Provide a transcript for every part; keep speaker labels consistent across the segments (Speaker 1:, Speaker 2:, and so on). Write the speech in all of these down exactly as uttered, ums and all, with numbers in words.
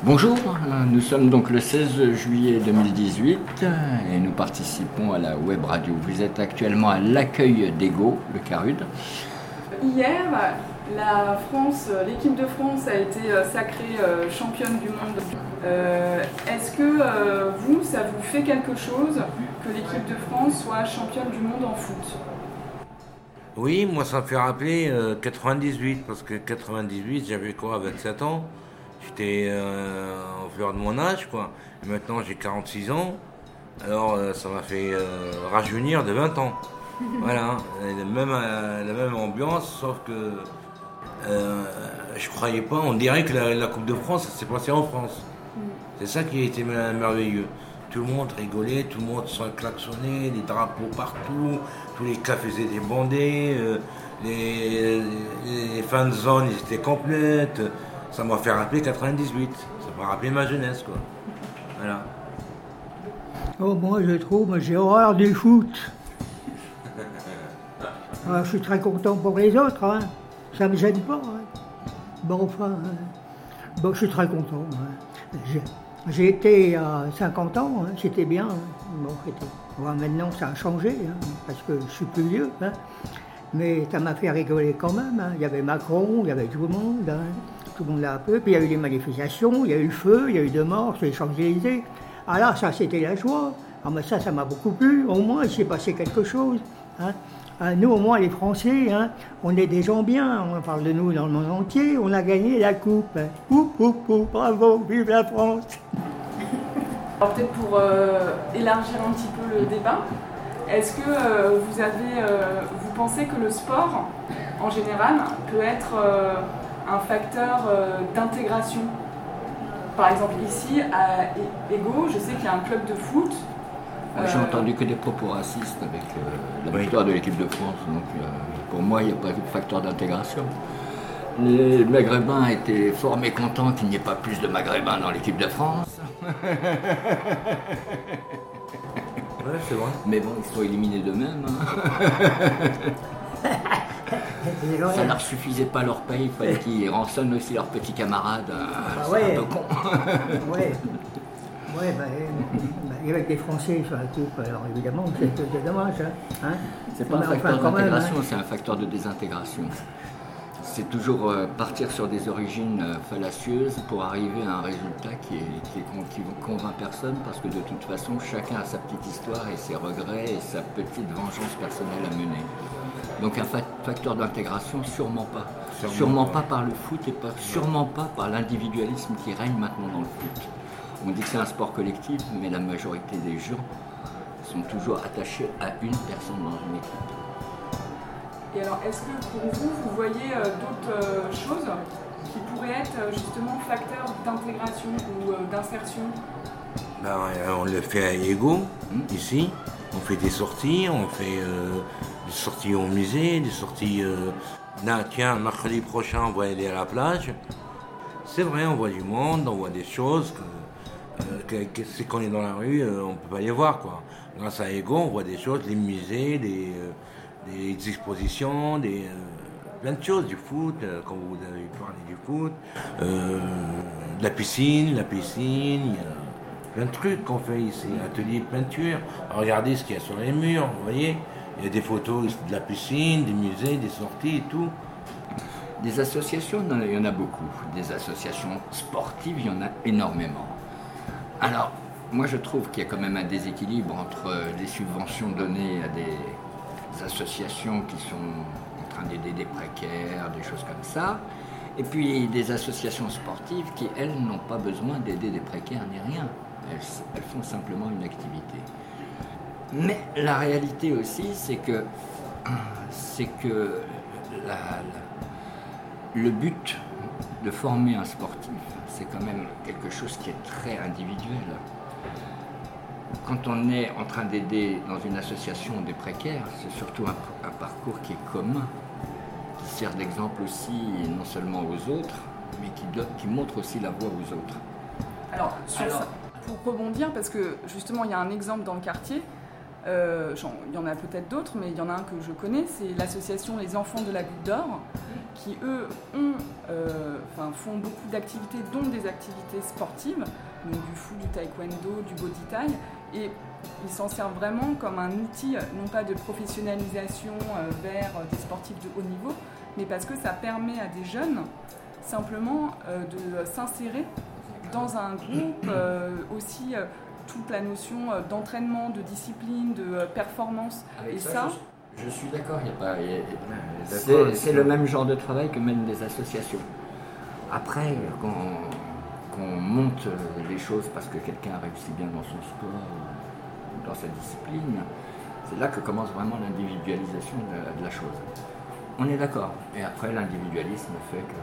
Speaker 1: Bonjour, nous sommes donc le seize juillet deux mille dix-huit et nous participons à la web radio. Vous êtes actuellement à l'accueil d'Ego, le Carude.
Speaker 2: Hier, la France, l'équipe de France a été sacrée championne du monde. Euh, est-ce que euh, vous, ça vous fait quelque chose que l'équipe de France soit championne du monde en foot ?
Speaker 3: Oui, moi ça me fait rappeler euh, quatre-vingt-dix-huit, parce que quatre-vingt-dix-huit, j'avais quoi, vingt-sept ans. J'étais euh, en fleur de mon âge, quoi. Et maintenant j'ai quarante-six ans, alors euh, ça m'a fait euh, rajeunir de vingt ans. Voilà, la même, euh, la même ambiance, sauf que euh, je croyais pas, on dirait que la, la Coupe de France, ça s'est passé en France. C'est ça qui a été merveilleux. Tout le monde rigolait, tout le monde se klaxonnait, les drapeaux partout, tous les cafés étaient bandés, euh, les, les, les fan zones étaient complètes. Ça m'a fait rappeler quatre-vingt-dix-huit. Ça m'a rappelé ma jeunesse, quoi. Voilà.
Speaker 4: Oh, moi, je trouve, moi, j'ai horreur du foot. Alors, je suis très content pour les autres, hein. Ça me gêne pas. Hein. Bon, enfin, hein. Bon, je suis très content. Hein. J'ai, j'ai été à cinquante ans, hein. C'était bien. Hein. Bon, c'était... Bon, maintenant, ça a changé, hein, parce que je suis plus vieux. Hein. Mais ça m'a fait rigoler quand même. Hein. Il y avait Macron, il y avait tout le monde. Hein. Tout le monde là un peu, puis il y a eu les manifestations, il y a eu le feu, il y a eu deux morts sur les Champs-Élysées. Ah là, ça c'était la joie. Ah mais ça, ça m'a beaucoup plu. Au moins, il s'est passé quelque chose. Hein. Ah, nous, au moins, les Français, hein, on est des gens bien. On parle de nous dans le monde entier. On a gagné la coupe. Hein. Ouh, ouh, ouh, bravo, vive la France.
Speaker 2: Alors peut-être pour euh, élargir un petit peu le débat, est-ce que euh, vous avez, euh, vous pensez que le sport, en général, peut être euh, un facteur euh, d'intégration. Par exemple, ici, à Ego, je sais qu'il y a un club de foot.
Speaker 1: Euh... J'ai entendu que des propos racistes avec euh, la victoire oui. de l'équipe de France. Donc, euh, pour moi, il n'y a pas de facteur d'intégration. Les Maghrébins étaient fort mécontents qu'il n'y ait pas plus de Maghrébins dans l'équipe de France.
Speaker 3: Ouais, c'est vrai.
Speaker 1: Mais bon, ils sont éliminés d'eux-mêmes. Hein. Ça leur suffisait pas leur pays, il fallait qu'ils rançonnent aussi leurs petits camarades.
Speaker 4: Ah,
Speaker 1: c'est
Speaker 4: ouais.
Speaker 1: un peu con.
Speaker 4: Ouais, ouais bah, bah, avec les Français sur la coupe, alors évidemment, c'est, c'est dommage. Hein. Hein
Speaker 1: c'est pas un facteur
Speaker 4: enfin,
Speaker 1: d'intégration,
Speaker 4: même, hein.
Speaker 1: C'est un facteur de désintégration. C'est toujours euh, partir sur des origines euh, fallacieuses pour arriver à un résultat qui est, qui est qui convainc personne, parce que de toute façon, chacun a sa petite histoire et ses regrets et sa petite vengeance personnelle à mener. Donc un facteur d'intégration, sûrement pas. Sûrement, sûrement pas. pas par le foot et pas, sûrement pas par l'individualisme qui règne maintenant dans le foot. On dit que c'est un sport collectif, mais la majorité des gens sont toujours attachés à une personne dans une équipe.
Speaker 2: Et alors, est-ce que pour vous, vous voyez euh, d'autres euh, choses qui pourraient être euh, justement facteurs d'intégration ou euh, d'insertion ?
Speaker 3: Ben, on le fait à Ego, mmh. ici. On fait des sorties, on fait euh, des sorties au musée, des sorties... Euh... Là, tiens, mercredi prochain, on va aller à la plage. C'est vrai, on voit du monde, on voit des choses. Que, euh, que, que c'est qu'on est dans la rue, euh, on ne peut pas les voir, quoi. Grâce à Ego, on voit des choses, des musées, des, euh, des expositions, des, euh, plein de choses, du foot, euh, comme vous avez parlé du foot, euh, de la piscine, la piscine, il y a plein de trucs qu'on fait ici, atelier de peinture. Regardez ce qu'il y a sur les murs, vous voyez. Il y a des photos de la piscine, des musées, des sorties et tout.
Speaker 1: Des associations, il y en a beaucoup. Des associations sportives, il y en a énormément. Alors, moi je trouve qu'il y a quand même un déséquilibre entre les subventions données à des associations qui sont en train d'aider des précaires, des choses comme ça, et puis des associations sportives qui, elles, n'ont pas besoin d'aider des précaires ni rien. Elles, elles font simplement une activité. Mais la réalité aussi, c'est que, c'est que la, la, le but de former un sportif, c'est quand même quelque chose qui est très individuel. Quand on est en train d'aider dans une association des précaires, c'est surtout un, un parcours qui est commun, qui sert d'exemple aussi non seulement aux autres, mais qui, donne, qui montre aussi la voie aux autres.
Speaker 2: Alors, sur Alors ça, pour rebondir, parce que justement il y a un exemple dans le quartier, Euh, genre, il y en a peut-être d'autres, mais il y en a un que je connais, c'est l'association Les Enfants de la Goutte d'Or, qui eux ont, euh, enfin, font beaucoup d'activités, dont des activités sportives, donc du foot, du taekwondo, du body tie, et ils s'en servent vraiment comme un outil, non pas de professionnalisation euh, vers des sportifs de haut niveau, mais parce que ça permet à des jeunes simplement euh, de s'insérer dans un groupe, euh, aussi euh, toute la notion euh, d'entraînement, de discipline, de euh, performance.
Speaker 1: Avec
Speaker 2: et
Speaker 1: ça,
Speaker 2: ça,
Speaker 1: je, je suis d'accord, il y a pas, il y a-
Speaker 3: d'accord,
Speaker 1: c'est, c'est le même genre de travail que mènent les associations. Après, quand, quand on monte les choses parce que quelqu'un a réussi bien dans son sport, ou dans sa discipline, c'est là que commence vraiment l'individualisation de, de la chose. On est d'accord. Et après, l'individualisme fait que...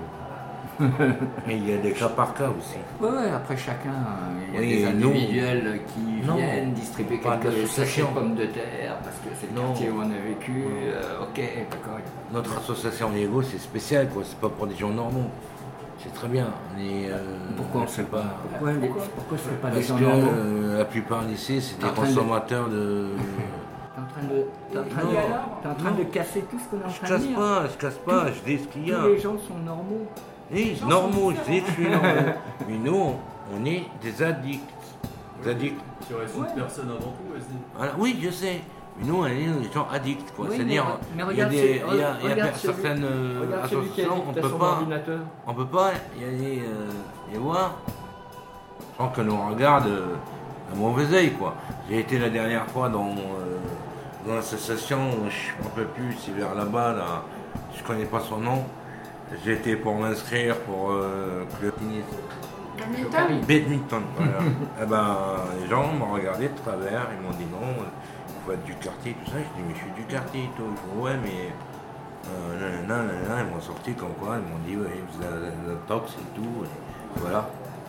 Speaker 3: Et il y a des cas par cas aussi.
Speaker 1: Ouais, ouais, après chacun, il y a
Speaker 3: Oui,
Speaker 1: des
Speaker 3: nous-
Speaker 1: individuels qui
Speaker 3: Non,
Speaker 1: viennent distribuer
Speaker 3: pas
Speaker 1: quelques
Speaker 3: d'association.
Speaker 1: sachets de pommes de terre parce que c'est le
Speaker 3: Non.
Speaker 1: quartier où on a vécu. euh, ok, d'accord.
Speaker 3: Notre association Diego, c'est spécial, quoi. C'est pas pour des gens normaux. C'est très bien. On est, euh,
Speaker 1: Pourquoi on ne
Speaker 3: sait
Speaker 1: sait pas Pourquoi, les- pourquoi ce ne pas des
Speaker 3: Parce
Speaker 1: gens
Speaker 3: que
Speaker 1: normaux
Speaker 3: euh, la plupart d'ici, c'est
Speaker 1: T'es
Speaker 3: des
Speaker 1: en train de-
Speaker 3: consommateurs de.
Speaker 1: T'es en train de, t'es en train
Speaker 2: Et
Speaker 1: de,
Speaker 2: alors
Speaker 1: t'es en train de casser tout ce qu'on est en
Speaker 3: Je
Speaker 1: train
Speaker 3: casse
Speaker 1: de dire.
Speaker 3: pas, je casse pas, je dis ce qu'il y a.
Speaker 1: Tous les gens sont normaux.
Speaker 3: Oui,
Speaker 2: gens
Speaker 3: normaux,
Speaker 2: sont
Speaker 3: je dis que je suis normaux. Mais nous, on est des addicts. Des addicts.
Speaker 5: Tu restes
Speaker 2: Ouais.
Speaker 5: une personne avant tout aussi.
Speaker 3: Voilà, oui, je sais. Mais nous, on est des gens addicts, quoi.
Speaker 1: Oui,
Speaker 3: C'est-à-dire,
Speaker 1: mais- mais
Speaker 3: il y a
Speaker 1: regarde
Speaker 3: des,
Speaker 1: celui-
Speaker 3: il y a, il y a
Speaker 1: regarde celui-
Speaker 3: certaines euh,
Speaker 1: Regarde celui qui a
Speaker 3: associations,
Speaker 1: dit
Speaker 3: on
Speaker 1: que t'as
Speaker 3: peut
Speaker 1: son
Speaker 3: pas,
Speaker 1: ordinateur.
Speaker 3: on peut pas y aller euh, les voir sans que nous regarde euh, un mauvais œil, quoi. J'ai été la dernière fois dans, euh, dans l'association, je ne me rappelle plus, c'est vers là-bas, là, je connais pas son nom. J'ai été pour m'inscrire pour euh, le tennis.
Speaker 2: Badminton.
Speaker 3: Badminton, voilà. Eh ben, les gens m'ont regardé de travers, ils m'ont dit non, il faut être du quartier, tout ça. Je dis mais je suis du quartier et tout. Ils font ouais, mais. Euh, nanana, nanana. Ils m'ont sorti comme quoi, ils m'ont dit ouais, vous avez le tox et tout. Et voilà.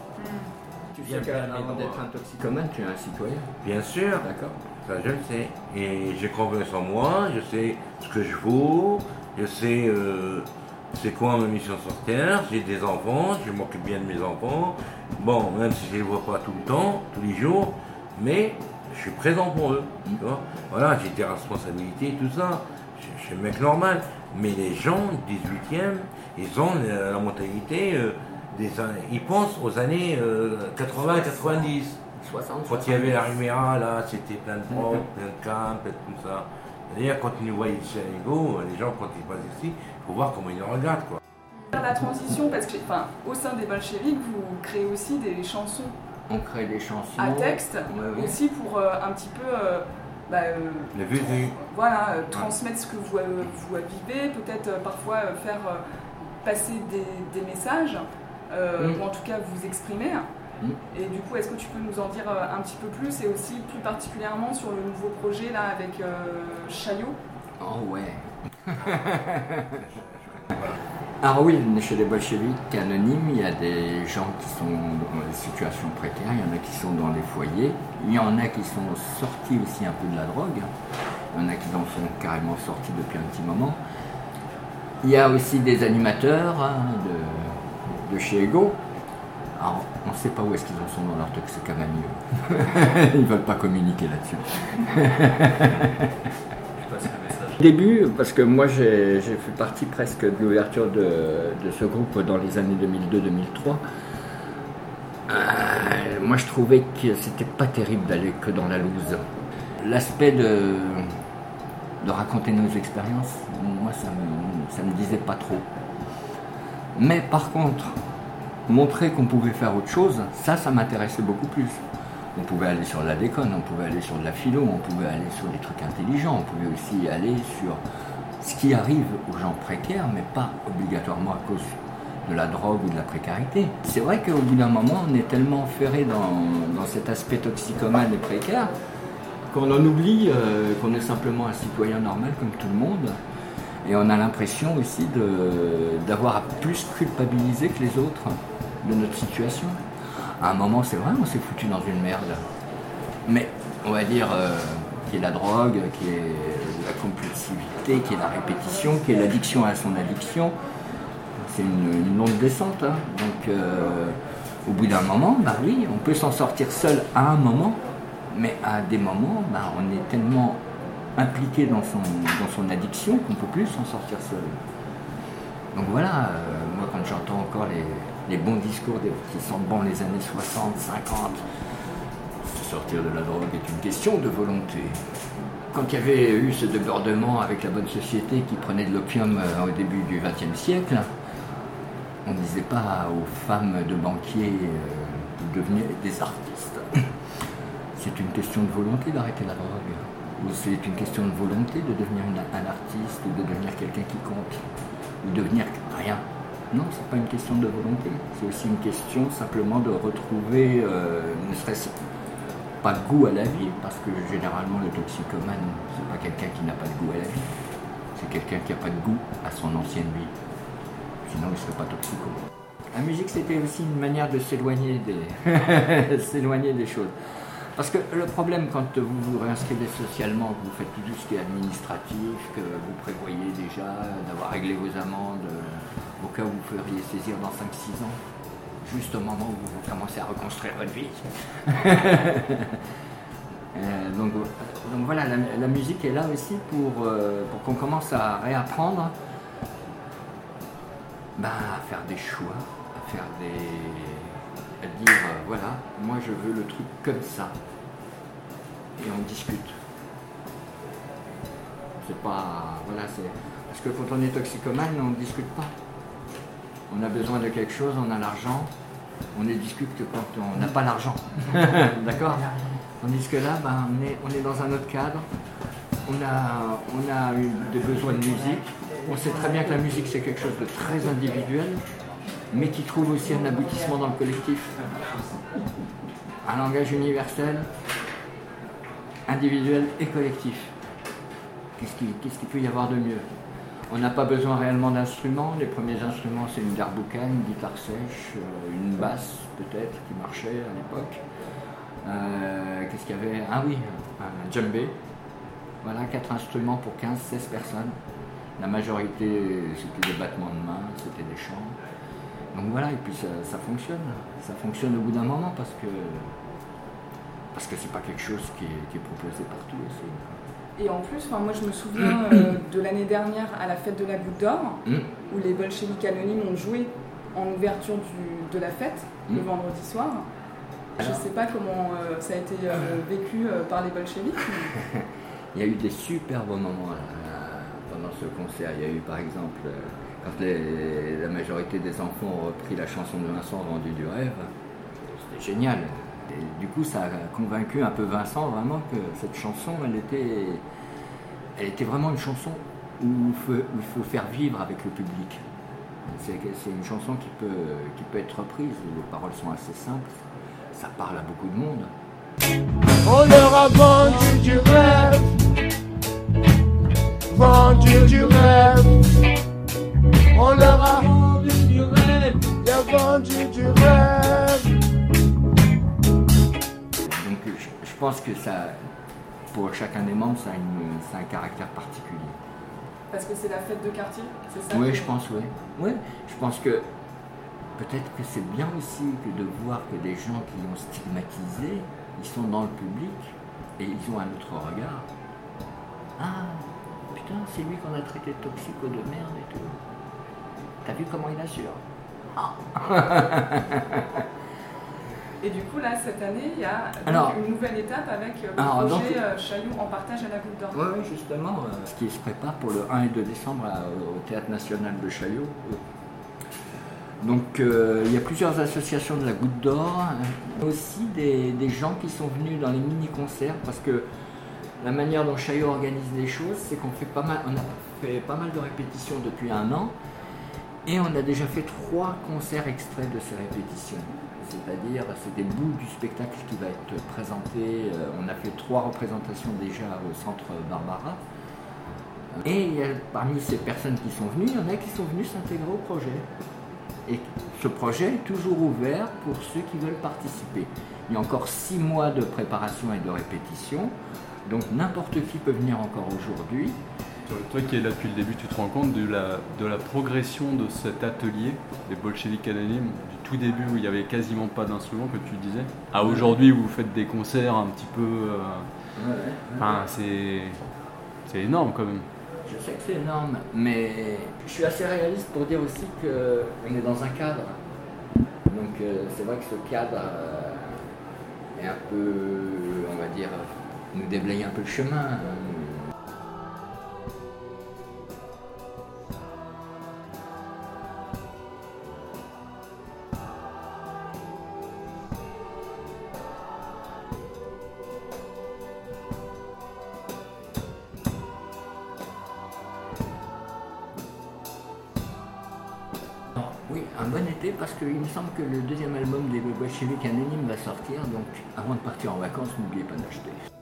Speaker 1: Tu
Speaker 3: Bien,
Speaker 1: sais
Speaker 3: bien,
Speaker 1: qu'avant
Speaker 3: bien.
Speaker 1: d'être un toxicomane, tu es un citoyen.
Speaker 3: Bien sûr,
Speaker 1: D'accord.
Speaker 3: ça je le sais. Et j'ai confiance en moi, je sais ce que je vaux, je sais euh, c'est quoi ma mission sur Terre, j'ai des enfants, je m'occupe bien de mes enfants. Bon, même si je les vois pas tout le temps, tous les jours, mais je suis présent pour eux. Tu vois, voilà, j'ai des responsabilités et tout ça. Je, je suis un mec normal. Mais les gens du dix-huitième, ils ont la, la mentalité, euh, des, an- ils pensent aux années euh, quatre-vingts quatre-vingt-dix.
Speaker 1: soixante.
Speaker 3: Quand il y avait la Rumera, là, c'était plein de drogue, plein de camps, plein de tout ça. D'ailleurs, quand ils nous voient ici à Lego, les gens, quand ils passent ici, il faut voir comment ils nous regardent, quoi.
Speaker 2: Faire la transition, parce que enfin, au sein des bolcheviks, vous créez aussi des chansons
Speaker 1: On crée des chansons.
Speaker 2: à texte,
Speaker 1: Ouais, ouais.
Speaker 2: aussi pour euh, un petit peu euh, bah, euh,
Speaker 3: Le vécu.
Speaker 2: voilà, euh, transmettre ce que vous, euh, vous vivez, peut-être euh, parfois euh, faire euh, passer des, des messages, euh,
Speaker 1: Mm.
Speaker 2: ou en tout cas vous exprimer.
Speaker 1: Mm.
Speaker 2: Et du coup, est-ce que tu peux nous en dire euh, un petit peu plus, et aussi plus particulièrement sur le nouveau projet là avec euh, Chaillot?
Speaker 1: Oh ouais. Alors oui, chez les bolcheviks anonymes, il y a des gens qui sont dans des situations précaires, il y en a qui sont dans les foyers, il y en a qui sont sortis aussi un peu de la drogue, il y en a qui en sont carrément sortis depuis un petit moment. Il y a aussi des animateurs hein, de, de chez Ego. Alors, on ne sait pas où est-ce qu'ils en sont dans leur toxicomanie. eux. Ils ne veulent pas communiquer là-dessus.
Speaker 5: Je passe le message.
Speaker 1: Au début, parce que moi j'ai j'ai fait partie presque de l'ouverture de, de ce groupe dans les années deux mille deux deux mille trois, euh, moi je trouvais que c'était pas terrible d'aller que dans la loose. L'aspect de, de raconter nos expériences, moi ça me, ça me disait pas trop. Mais par contre, montrer qu'on pouvait faire autre chose, ça, ça m'intéressait beaucoup plus. On pouvait aller sur la déconne, on pouvait aller sur de la philo, on pouvait aller sur des trucs intelligents, on pouvait aussi aller sur ce qui arrive aux gens précaires, mais pas obligatoirement à cause de la drogue ou de la précarité. C'est vrai qu'au bout d'un moment, on est tellement ferré dans, dans cet aspect toxicomane et précaire qu'on en oublie euh, qu'on est simplement un citoyen normal comme tout le monde. Et on a l'impression aussi de, d'avoir à plus culpabiliser que les autres de notre situation. À un moment, c'est vrai, on s'est foutu dans une merde. Mais, on va dire, euh, qui est la drogue, qui est la compulsivité, qui est la répétition, qui est l'addiction à son addiction. C'est une, une longue descente. Hein. Donc, euh, au bout d'un moment, bah oui, on peut s'en sortir seul à un moment, mais à des moments, bah, on est tellement impliqué dans son, dans son addiction qu'on ne peut plus s'en sortir seul. Donc voilà, euh, moi quand j'entends encore les, les bons discours des, qui sentent bon les années soixante, cinquante, sortir de la drogue est une question de volonté. Quand il y avait eu ce débordement avec la bonne société qui prenait de l'opium euh, au début du vingtième siècle, on ne disait pas aux femmes de banquiers euh, de devenir des artistes. C'est une question de volonté d'arrêter la drogue. Ou c'est une question de volonté de devenir une, un artiste, ou de devenir quelqu'un qui compte, ou devenir rien. Non, c'est pas une question de volonté. C'est aussi une question simplement de retrouver, euh, ne serait-ce pas goût à la vie, parce que généralement le toxicomane, c'est pas quelqu'un qui n'a pas de goût à la vie. C'est quelqu'un qui n'a pas de goût à son ancienne vie. Sinon, il ne serait pas toxicomane. La musique, c'était aussi une manière de s'éloigner des, s'éloigner des choses. Parce que le problème, quand vous vous réinscrivez socialement, que vous faites tout ce qui est administratif, que vous prévoyez déjà d'avoir réglé vos amendes au cas où vous feriez saisir dans cinq six ans, juste au moment où vous commencez à reconstruire votre vie. euh, donc, donc voilà, la, la musique est là aussi pour, euh, pour qu'on commence à réapprendre bah, à faire des choix, à faire des... à dire, euh, voilà, moi je veux le truc comme ça. Et on discute. C'est pas... Voilà, c'est... Parce que quand on est toxicomane, on ne discute pas. On a besoin de quelque chose, on a l'argent, on ne discute que quand on n'a pas l'argent. D'accord? Tandis que là, ben, on, est, on est dans un autre cadre, on a, on a eu des besoins de musique, on sait très bien que la musique c'est quelque chose de très individuel, mais qui trouve aussi un aboutissement dans le collectif. Un langage universel, individuel et collectif. Qu'est-ce qu'il, qu'est-ce qu'il peut y avoir de mieux? On n'a pas besoin réellement d'instruments. Les premiers instruments, c'est une darbuka, une guitare sèche, une basse peut-être qui marchait à l'époque. Euh, qu'est-ce qu'il y avait? Ah oui, un djembé. Voilà, quatre instruments pour quinze seize personnes. La majorité, c'était des battements de mains, c'était des chants. Donc voilà, et puis ça, ça fonctionne. Ça fonctionne au bout d'un moment parce que parce que c'est pas quelque chose qui est, qui est proposé partout aussi.
Speaker 2: Et en plus, enfin, moi je me souviens euh, de l'année dernière à la fête de la Goutte d'Or, mm. où les bolcheviks anonymes ont joué en ouverture du, de la fête, mm. le vendredi soir. Je ne sais pas comment euh, ça a été euh, vécu euh, par les bolcheviks. Mais...
Speaker 1: Il y a eu des super beaux moments là, pendant ce concert. Il y a eu par exemple, euh, quand les, la majorité des enfants ont repris la chanson de Vincent, Vendu du rêve, c'était génial. Et du coup, ça a convaincu un peu Vincent vraiment que cette chanson, elle était, elle était vraiment une chanson où il faut, où il faut faire vivre avec le public. C'est, c'est une chanson qui peut, qui peut être reprise. Les paroles sont assez simples. Ça parle à beaucoup de monde.
Speaker 6: On leur a vendu du rêve, vendu du rêve. On leur a vendu du rêve, il a vendu du rêve.
Speaker 1: Donc je, je pense que ça, pour chacun des membres, ça a, une, ça a un caractère particulier.
Speaker 2: Parce que c'est la fête de quartier, c'est ça?
Speaker 1: Oui, je pense, oui. Oui, je pense que peut-être que c'est bien aussi que de voir que des gens qui l'ont stigmatisé, ils sont dans le public et ils ont un autre regard. Ah, putain, c'est lui qu'on a traité de toxico de merde et tout. T'as vu comment il assure? Ah.
Speaker 2: Et du coup, là, cette année, il y a
Speaker 1: alors,
Speaker 2: une nouvelle étape avec le
Speaker 1: alors,
Speaker 2: projet
Speaker 1: donc,
Speaker 2: Chaillot en partage à la Goutte d'Or.
Speaker 1: Oui, oui, justement, euh, ce qui se prépare pour le un et deux décembre à, au Théâtre National de Chaillot. Donc euh, il y a plusieurs associations de la Goutte d'Or, euh, aussi des, des gens qui sont venus dans les mini-concerts, parce que la manière dont Chaillot organise les choses, c'est qu'on fait pas mal, on a fait pas mal de répétitions depuis un an, et on a déjà fait trois concerts extraits de ces répétitions. C'est-à-dire, c'est des bouts du spectacle qui va être présenté. Euh, on a fait trois représentations déjà au Centre Barbara. Et il y a, parmi ces personnes qui sont venues, il y en a qui sont venus s'intégrer au projet. Et ce projet est toujours ouvert pour ceux qui veulent participer. Il y a encore six mois de préparation et de répétition, donc n'importe qui peut venir encore aujourd'hui.
Speaker 5: Toi qui es là depuis le début, tu te rends compte de la, de la progression de cet atelier des bolcheviks anonymes, du tout début où il n'y avait quasiment pas d'instruments, que tu disais, à aujourd'hui où vous faites des concerts un petit peu... Euh, ouais, ouais. Enfin, c'est, c'est énorme quand même.
Speaker 1: Je sais que c'est énorme, mais je suis assez réaliste pour dire aussi qu'on est dans un cadre. Donc euh, c'est vrai que ce cadre euh, est un peu, on va dire, nous déblaye un peu le chemin. Hein. Oui, un bon été parce qu'il me semble que le deuxième album des Bolcheviks Anonymes va sortir, donc avant de partir en vacances, n'oubliez pas d'acheter.